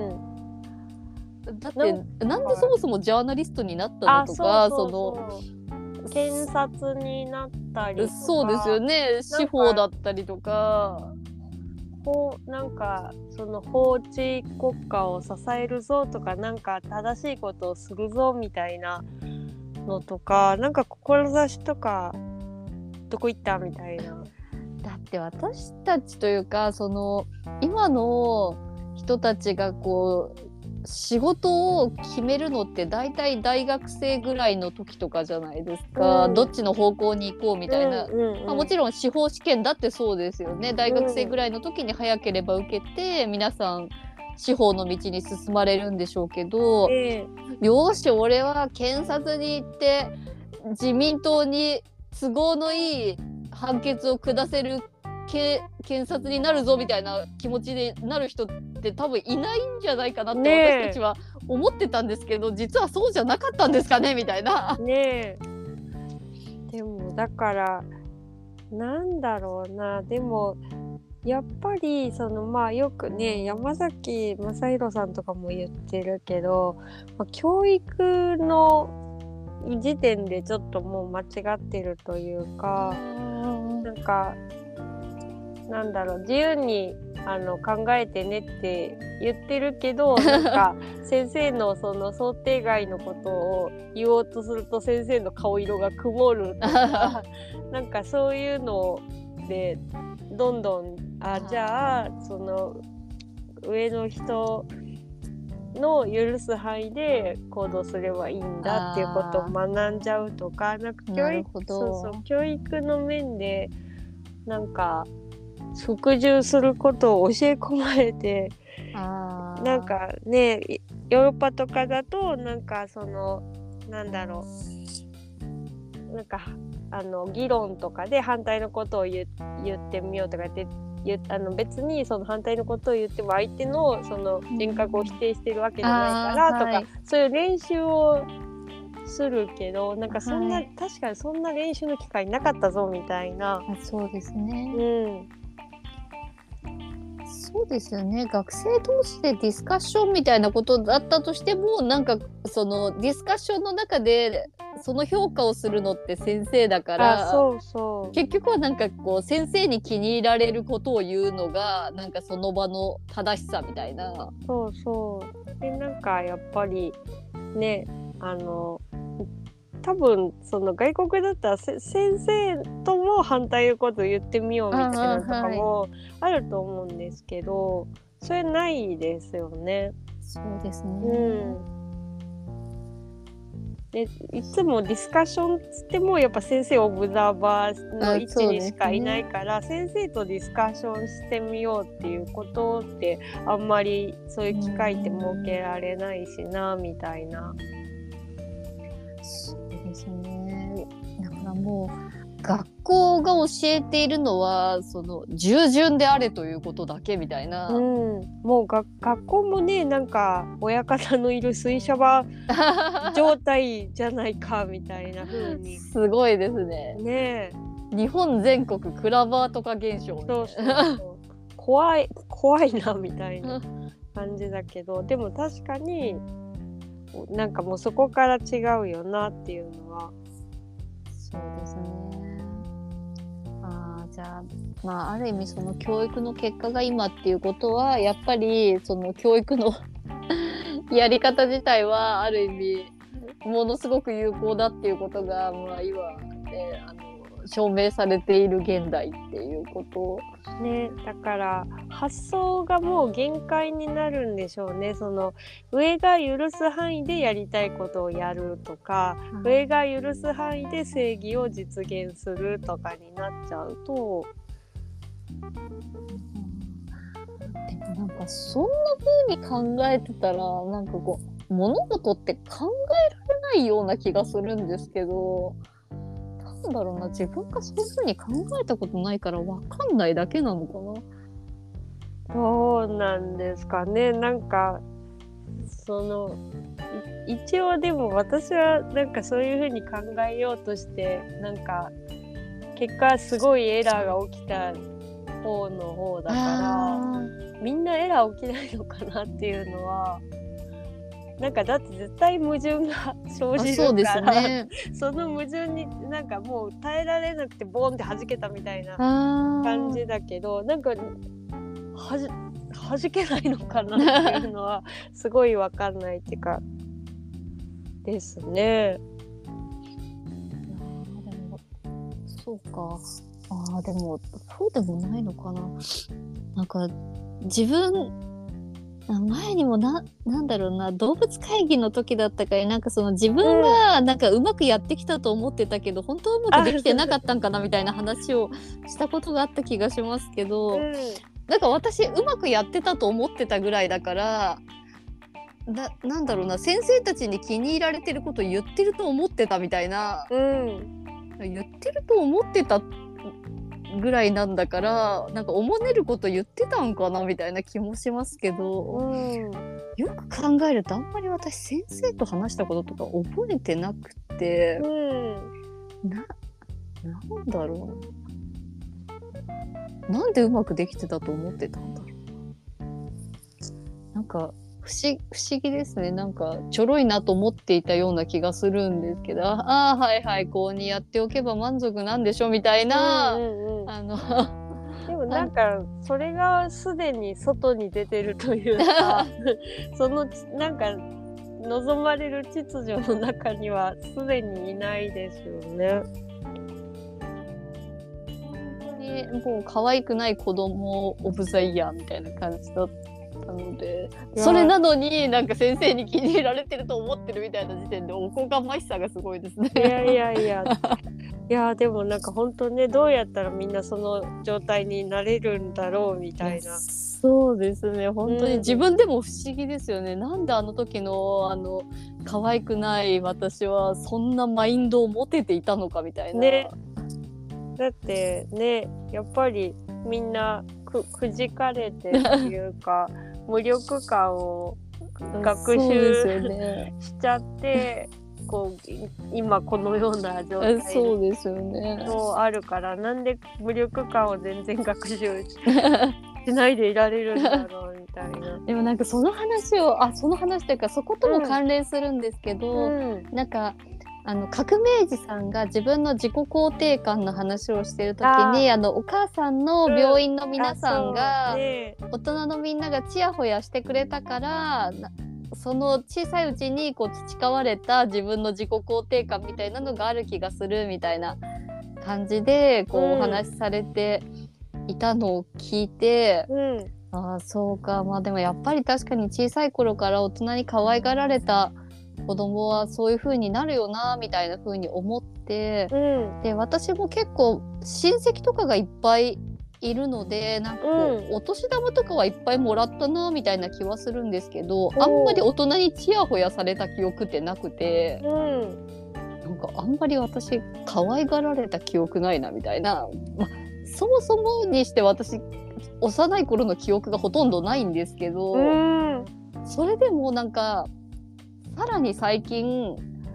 だってなんでそもそもジャーナリストになったのとか、その検察になったりとか、 そうですよね、司法だったりとか、 なんかその法治国家を支えるぞとか、なんか正しいことをするぞみたいなのとか、なんか志とかどこ行ったみたいな。 だって私たちというかその今の人たちがこう仕事を決めるのって大体大学生ぐらいの時とかじゃないですか、どっちの方向に行こうみたいな、もちろん司法試験だってそうですよね。大学生ぐらいの時に早ければ受けて、皆さん司法の道に進まれるんでしょうけど、よし俺は検察に行って自民党に都合のいい判決を下せる検察になるぞみたいな気持ちでなる人って多分いないんじゃないかなって私たちは思ってたんですけど、実はそうじゃなかったんですかねみたいな。 でもだからなんだろうな、でもやっぱりそのよくね、山崎正弘さんとかも言ってるけど、教育の時点でちょっともう間違ってるというか、なんかなんだろう、自由に考えてねって言ってるけど、なんか先生のその想定外のことを言おうとすると先生の顔色が曇るとかなんかそういうのでどんどんじゃあその上の人の許す範囲で行動すればいいんだっていうことを学んじゃうとか、なんか教育の面でなんか服従することを教え込まれてなんかねヨーロッパとかだとなんかそのなんだろうなんか議論とかで反対のことを言ってみようとかって別にその反対のことを言っても相手のその人格を否定してるわけじゃないからとか、はい、そういう練習をするけどなんかそんな、はい、確かにそんな練習の機会なかったぞみたいな。 そうですね、 そうですよね。学生同士でディスカッションみたいなことだったとしてもなんかそのディスカッションの中でその評価をするのって先生だから結局はなんかこう先生に気に入られることを言うのがなんかその場の正しさみたいな。 そうでなんかやっぱりね多分その外国だったら先生とも反対のことを言ってみようみたいなのとかもあると思うんですけど、それないですよね。 そうですね、 でいつもディスカッションつってもやっぱ先生オブザーバーの位置にしかいないから、先生とディスカッションしてみようっていうことってあんまりそういう機会って設けられないしなみたいな。 そうですね。だからもう学校が教えているのはその従順であれということだけみたいな、 もう学校もねなんか親方のいる水車場状態じゃないかみたいな風にすごいですね。日本全国クラバーとか現象みたいな。 そう怖いなみたいな感じだけどでも確かになんかもうそこから違うよなっていうのは。 そうですね。じゃあ、ある意味その教育の結果が今っていうことはやっぱりその教育のやり方自体はある意味ものすごく有効だっていうことが、今、ね、証明されている現代っていうことね。だから発想がもう限界になるんでしょうね。その上が許す範囲でやりたいことをやるとか、上が許す範囲で正義を実現するとかになっちゃうと、 でもなんかそんな風に考えてたらなんかこう物事って考えられないような気がするんですけど、なんだろうな、自分がそういう風に考えたことないから分かんないだけなのかな。 どうなんですかね。なんかその一応でも私はなんかそういう風に考えようとしてなんか結果すごいエラーが起きた方だからみんなエラー起きないのかなっていうのはなんかだって絶対矛盾が生じるから、そうですね、その矛盾になんかもう耐えられなくてボンって弾けたみたいな感じだけどなんか弾けないのかなっていうのはすごい分かんないっていうかですね。 でもそうか。でもそうでもないのかな。なんか自分前にもなんだろうな、動物会議の時だったかになんかその自分はなんかうまくやってきたと思ってたけど、本当はうまくできてなかったんかなみたいな話をしたことがあった気がしますけど、なんか私うまくやってたと思ってたぐらいだからなんだろうな、先生たちに気に入られてること言ってると思ってたみたいな、言ってると思ってたぐらいなんだからなんかおもねること言ってたんかなみたいな気もしますけど、よく考えるとあんまり私先生と話したこととか覚えてなくて、なんだろう、なんでうまくできてたと思ってたんだろう。なんか不思議ですね。なんかちょろいなと思っていたような気がするんですけど、はいはいこうにやっておけば満足なんでしょみたいな、 でもなんかそれがすでに外に出てるというかそのなんか望まれる秩序の中にはすでにいないですよね。 本当にもう可愛くない子供オブザイヤーみたいな感じだったので、それなのになんか先生に気に入られてると思ってるみたいな時点でおこがましさがすごいですね。 いやいやでもなんか本当ね、どうやったらみんなその状態になれるんだろうみたいな。 そうですね、本当に自分でも不思議ですよね、なんであの時の可愛くない私はそんなマインドを持てていたのかみたいな、 ね、だってね、やっぱりみんなくじかれてっていうか無力感を学そうですよ習ねしちゃってこう今このような状態そうですよねもあるから、なんで無力感を全然学習しないでいられるんだろうみたいな。 でもなんかその話というかそことも関連するんですけど、なんか革命児さんが自分の自己肯定感の話をしてる時にお母さんの病院の皆さんが、大人のみんながチヤホヤしてくれたからその小さいうちにこう培われた自分の自己肯定感みたいなのがある気がするみたいな感じでこうお話しされていたのを聞いて、ああそうか、まあでもやっぱり確かに小さい頃から大人に可愛がられた子供はそういう風になるよなみたいな風に思って、で私も結構親戚とかがいっぱいいるのでなんかこう、お年玉とかはいっぱいもらったなみたいな気はするんですけど、あんまり大人にチヤホヤされた記憶ってなくて、なんかあんまり私可愛がられた記憶ないなみたいな、そもそもにして私幼い頃の記憶がほとんどないんですけど、それでもなんかさらに最近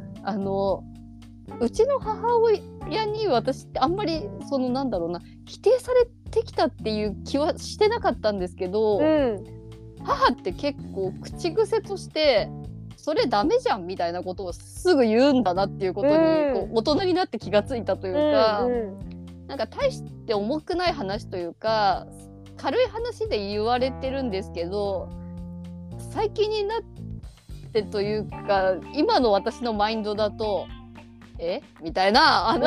うちの母親に私ってあんまりそのなんだろうな否定されてきたっていう気はしてなかったんですけど、母って結構口癖としてそれダメじゃんみたいなことをすぐ言うんだなっていうことに、こう大人になって気がついたというか、なんか大して重くない話というか軽い話で言われてるんですけど、最近になってというか今の私のマインドだとみたいな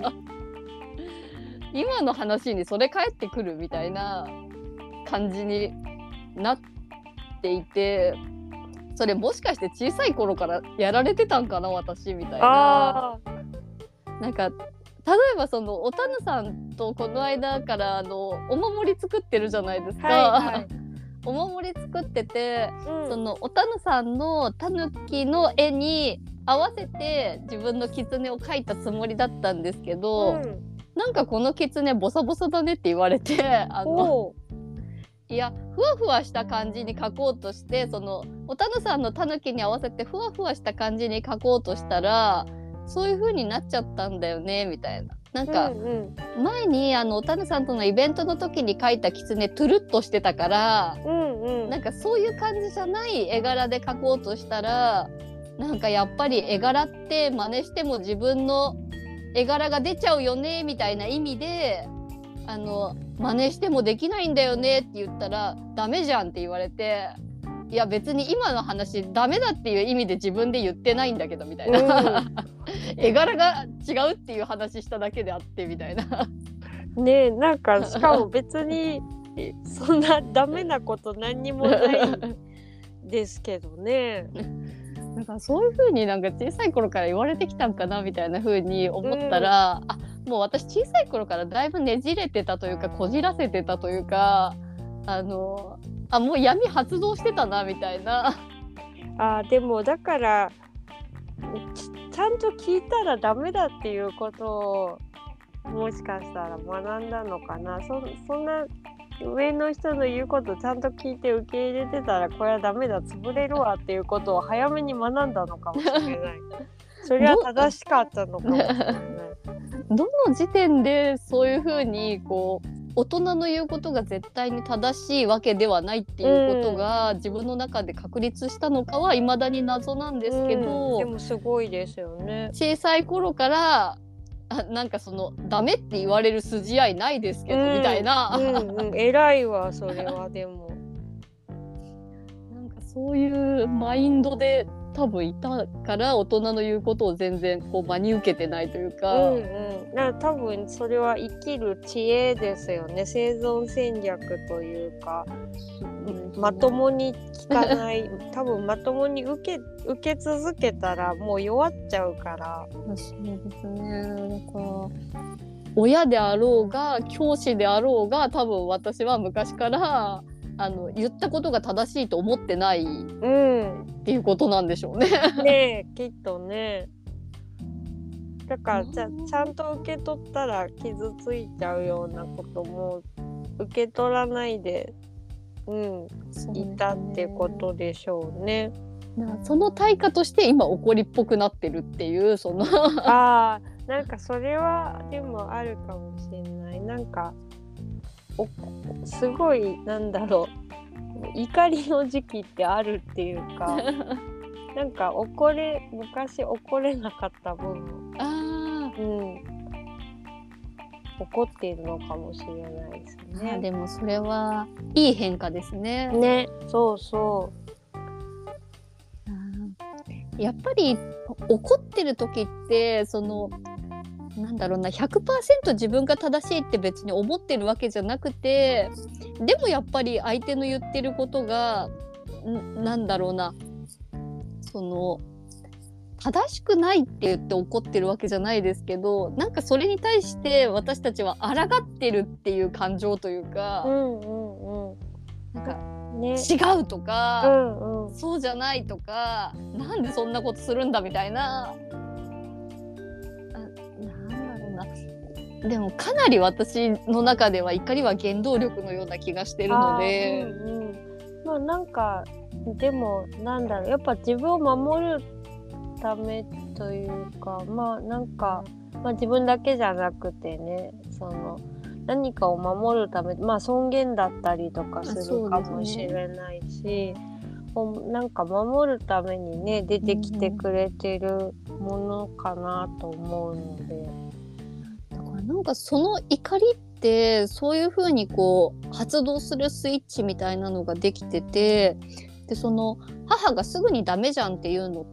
今の話にそれ返ってくるみたいな感じになっていて、それもしかして小さい頃からやられてたんかな私みたいな。なんか例えばそのおたぬさんとこの間からお守り作ってるじゃないですか、お守り作ってて、そのおたぬさんのたぬきの絵に合わせて自分の狐を描いたつもりだったんですけど、なんかこの狐ボサボサだねって言われていやふわふわした感じに描こうとして、そのおたぬさんのたぬきに合わせてふわふわした感じに描こうとしたらそういう風になっちゃったんだよねみたいな。なんか前におたぬさんとのイベントの時に描いた狐トゥルッとしてたから、なんかそういう感じじゃない絵柄で描こうとしたら、なんかやっぱり絵柄って真似しても自分の絵柄が出ちゃうよねみたいな意味で真似してもできないんだよねって言ったらダメじゃんって言われて、いや別に今の話ダメだっていう意味で自分で言ってないんだけどみたいな、絵柄が違うっていう話しただけであってみたいなねえ、なんかしかも別にそんなダメなこと何にもないですけどね。 なんかそういう風になんか小さい頃から言われてきたんかなみたいな風に思ったら、もう私小さい頃からだいぶねじれてたというかこじらせてたというかもう闇発動してたなみたいな。 でもだからちゃんと聞いたらダメだっていうことをもしかしたら学んだのかな。そんな上の人の言うことちゃんと聞いて受け入れてたらこれはダメだ潰れるわっていうことを早めに学んだのかもしれない。それは正しかったのかもしれない。 どの時点でそういう風にこう大人の言うことが絶対に正しいわけではないっていうことが自分の中で確立したのかは未だに謎なんですけど、 でもすごいですよね。 小さい頃からなんかそのダメって言われる筋合いないですけど、みたいな、 偉いわそれは。でもなんかそういうマインドで多分いたから大人の言うことを全然こう真に受けてないというか、 だから多分それは生きる知恵ですよね。生存戦略というか、まともに聞かない多分まともに受け続けたらもう弱っちゃうから。 そうですね。だから親であろうが教師であろうが多分私は昔から言ったことが正しいと思ってないっていうことなんでしょうね。 ねえきっとね。だからちゃんと受け取ったら傷ついちゃうようなことも受け取らないで、いたってことでしょうね。 その対価として今怒りっぽくなってるっていうそのなんかそれはでもあるかもしれない。なんかすごいなんだろう、怒りの時期ってあるっていうかなんか昔怒れなかった分怒っているのかもしれないですね。 でもそれはいい変化ですね。 ね、そうそう。 やっぱり怒ってる時ってそのなんだろうな 100% 自分が正しいって別に思ってるわけじゃなくて、でもやっぱり相手の言ってることがなんだろうな、その正しくないって言って怒ってるわけじゃないですけど、なんかそれに対して私たちは抗ってるっていう感情というか、なんか違うとか、そうじゃないとか、なんでそんなことするんだみたいな、なんだろうな。でもかなり私の中では怒りは原動力のような気がしてるので、 まあなんかでもなんだろう、やっぱ自分を守るためというか、なんか、自分だけじゃなくてね、その何かを守るため、尊厳だったりとかするかもしれないし、なんか守るためにね出てきてくれてるものかなと思うので、 だからなんかその怒りってそういう風にこう発動するスイッチみたいなのができてて、でその母がすぐにダメじゃんっていうのって、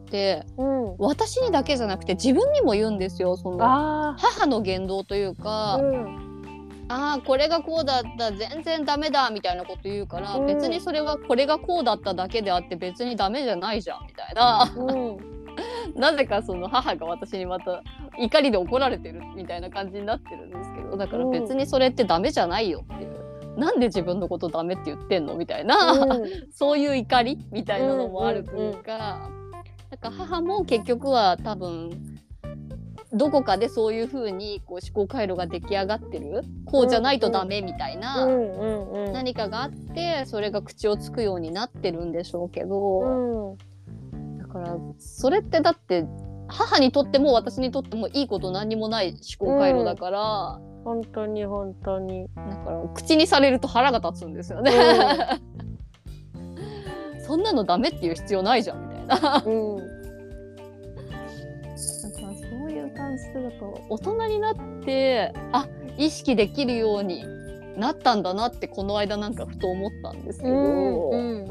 私にだけじゃなくて自分にも言うんですよ。その母の言動というか、これがこうだった全然ダメだみたいなこと言うから、別にそれはこれがこうだっただけであって別にダメじゃないじゃんみたいな、なぜかその母が私にまた怒りで怒られてるみたいな感じになってるんですけど、だから別にそれってダメじゃないよっていう、なんで自分のことダメって言ってんのみたいな、そういう怒りみたいなのもあるというか、なんか母も結局は多分どこかでそういう風にこう思考回路が出来上がってる、こうじゃないとダメみたいな何かがあって、それが口をつくようになってるんでしょうけど、だからそれってだって母にとっても私にとってもいいこと何にもない思考回路だから、 本当にだから口にされると腹が立つんですよね、そんなのダメっていう必要ないじゃんみたいな、だからそういう感じだと大人になって意識できるようになったんだなってこの間なんかふと思ったんですけど、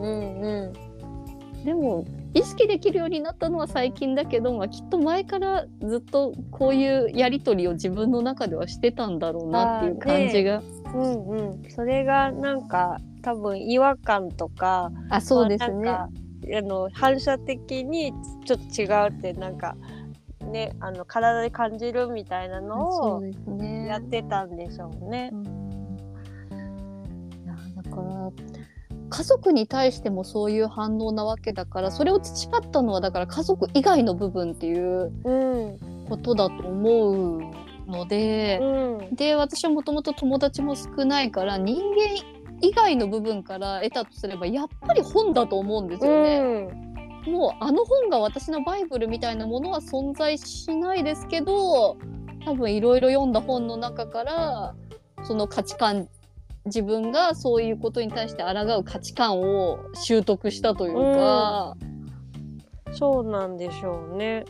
でも意識できるようになったのは最近だけど、きっと前からずっとこういうやり取りを自分の中ではしてたんだろうなっていう感じが、 それがなんか多分違和感とか、 そうですね、 反射的にちょっと違うってなんかね、体で感じるみたいなのをやってたんでしょうね。 だから家族に対してもそういう反応なわけだから、それを培ったのはだから家族以外の部分っていうことだと思うので、で私はもともと友達も少ないから人間以外の部分から得たとすればやっぱり本だと思うんですよね。もう本が私のバイブルみたいなものは存在しないですけど、多分いろいろ読んだ本の中からその価値観、自分がそういうことに対して抗う価値観を習得したというか、 そうなんでしょうね。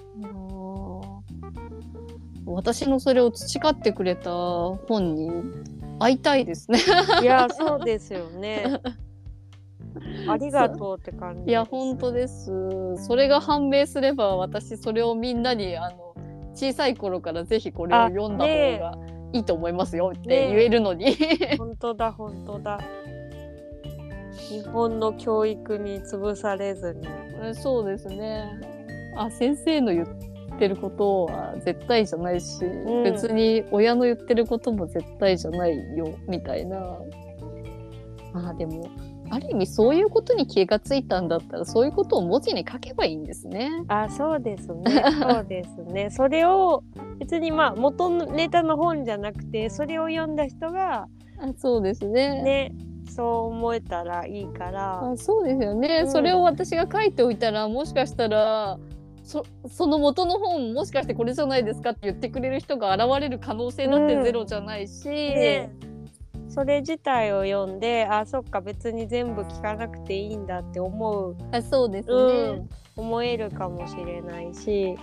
私のそれを培ってくれた本に会いたいですね。 いやそうですよね。 ありがとうって感じです。 いや本当です。それが判明すれば私それをみんなに小さい頃からぜひこれを読んだ方がいいと思いますよって言えるのに、 本当だ本当だ。日本の教育に潰されずに。 そうですね。先生の言ってることは絶対じゃないし、別に親の言ってることも絶対じゃないよみたいな。でもある意味そういうことに気がついたんだったらそういうことを文字に書けばいいんですね。 そうですねそうですね。それを別に元のネタの本じゃなくてそれを読んだ人がそうですね。 そう思えたらいいから。 そうですよね、それを私が書いておいたらもしかしたらその元の本もしかしてこれじゃないですかって言ってくれる人が現れる可能性だってゼロじゃないし、 それ自体を読んでそっか別に全部聞かなくていいんだって思う。 そうですね、 思えるかもしれないし。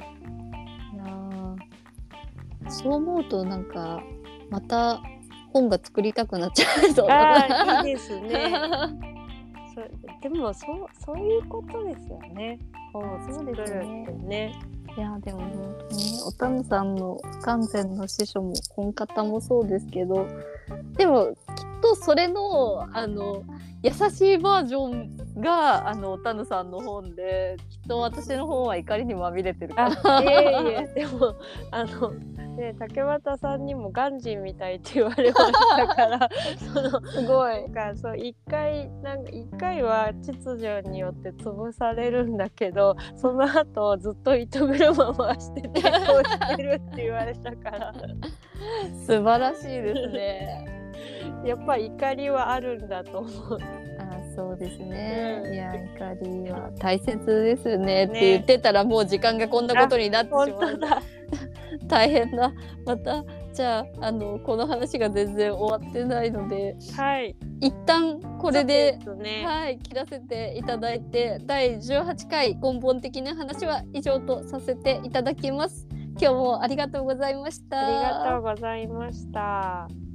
そう思うとなんかまた本が作りたくなっちゃうと。 いいですね。でもそういうことですよね。本を作るってね。 いやでも本当におたぬさんの不完全の司書も本方もそうですけど、でもきっとそれの優しいバージョンがおたぬさんの本で、きっと私の本は怒りにまみれてるから。 でも竹俣さんにもガンジーみたいって言われましたからすごい一回は秩序によって潰されるんだけど、その後ずっと糸車回して抵抗してるって言われたから素晴らしいですね。 やっぱり怒りはあるんだと思う。 そうですね、いや怒りは大切ですよねって言ってたらもう時間がこんなことになってしまう。 本当だ大変だ。またじゃあこの話が全然終わってないので、一旦これで切らせていただいて、第18回根本的な話は以上とさせていただきます。今日もありがとうございました。 ありがとうございました。